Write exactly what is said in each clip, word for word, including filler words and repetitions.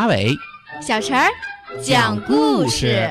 阿伟、 小陈儿讲故事。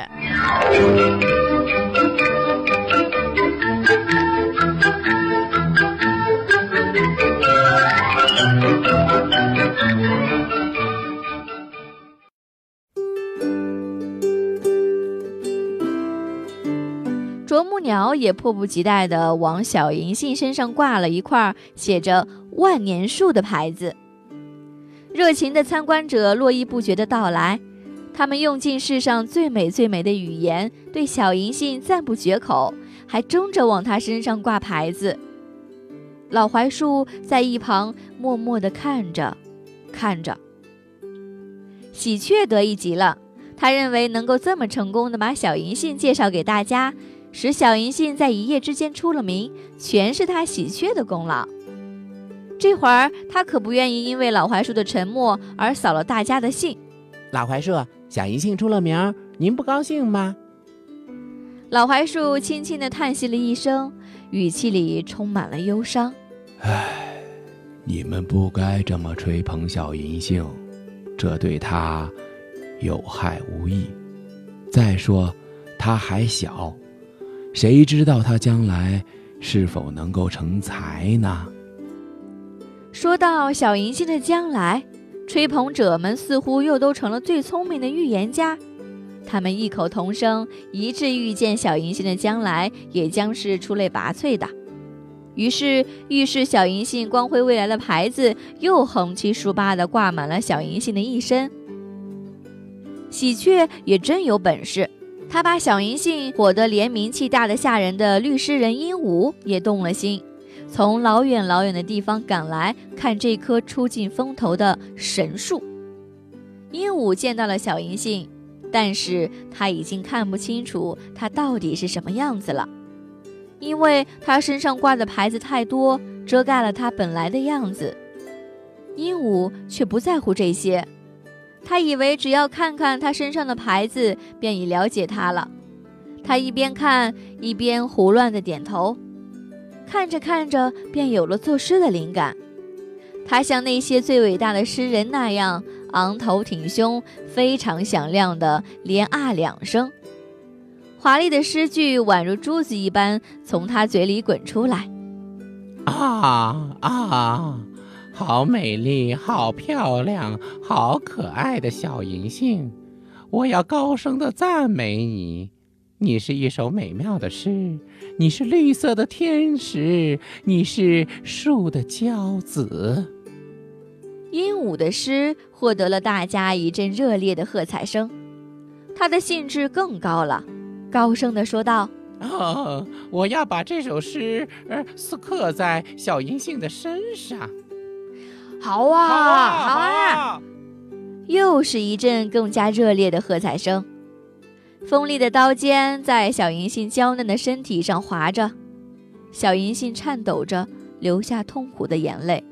啄木鸟也迫不及待地往小银杏身上挂了一块写着万年树的牌子。热情的参观者络绎不绝地到来，他们用尽世上最美最美的语言对小银杏赞不绝口，还争着往它身上挂牌子。老槐树在一旁默默地看着看着。喜鹊得意极了，他认为能够这么成功地把小银杏介绍给大家，使小银杏在一夜之间出了名，全是他喜鹊的功劳。这会儿他可不愿意因为老槐树的沉默而扫了大家的兴。 老槐树，小银杏出了名，您不高兴吗？ 老槐树轻轻地叹息了一声，语气里充满了忧伤。 唉，你们不该这么吹捧小银杏，这对它有害无益。再说它还小，谁知道它将来是否能够成才呢？ 说到小银杏的将来，吹捧者们似乎又都成了最聪明的预言家。他们异口同声，一致预见小银杏的将来也将是出类拔萃的。于是预示小银杏光辉未来的牌子又横七竖八地挂满了小银杏的一身。喜鹊也真有本事，他把小银杏火得连名气大得吓人的律师人鹦鹉也动了心，从老远老远的地方赶来看这棵出尽风头的神树。鹦鹉见到了小银杏，但是他已经看不清楚它到底是什么样子了，因为它身上挂的牌子太多，遮盖了它本来的样子。鹦鹉却不在乎这些，他以为只要看看它身上的牌子便已了解它了。他一边看一边胡乱地点头，看着看着便有了作诗的灵感。他像那些最伟大的诗人那样昂头挺胸，非常响亮的连啊两声，华丽的诗句宛如珠子一般从他嘴里滚出来。 啊啊，好美丽，好漂亮，好可爱的小银杏，我要高声地赞美你。你是一首美妙的诗，你是绿色的天使，你是树的骄子。 鹦鹉的诗获得了大家一阵热烈的喝彩声，他的兴致更高了，高声地说道： 哦，我要把这首诗呃刻在小银杏的身上。 好啊， 好啊， 好啊！又是一阵更加热烈的喝彩声。锋利的刀尖在小银杏娇嫩的身体上划着，小银杏颤抖着流下痛苦的眼泪。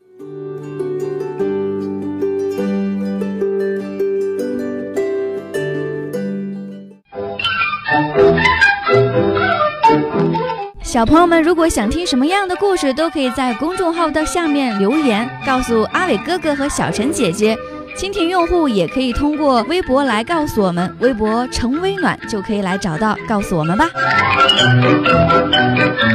小朋友们，如果想听什么样的故事，都可以在公众号的下面留言，告诉阿伟哥哥和小陈姐姐。蜻蜓用户也可以通过微博来告诉我们，微博陈微暖就可以来找到，告诉我们吧。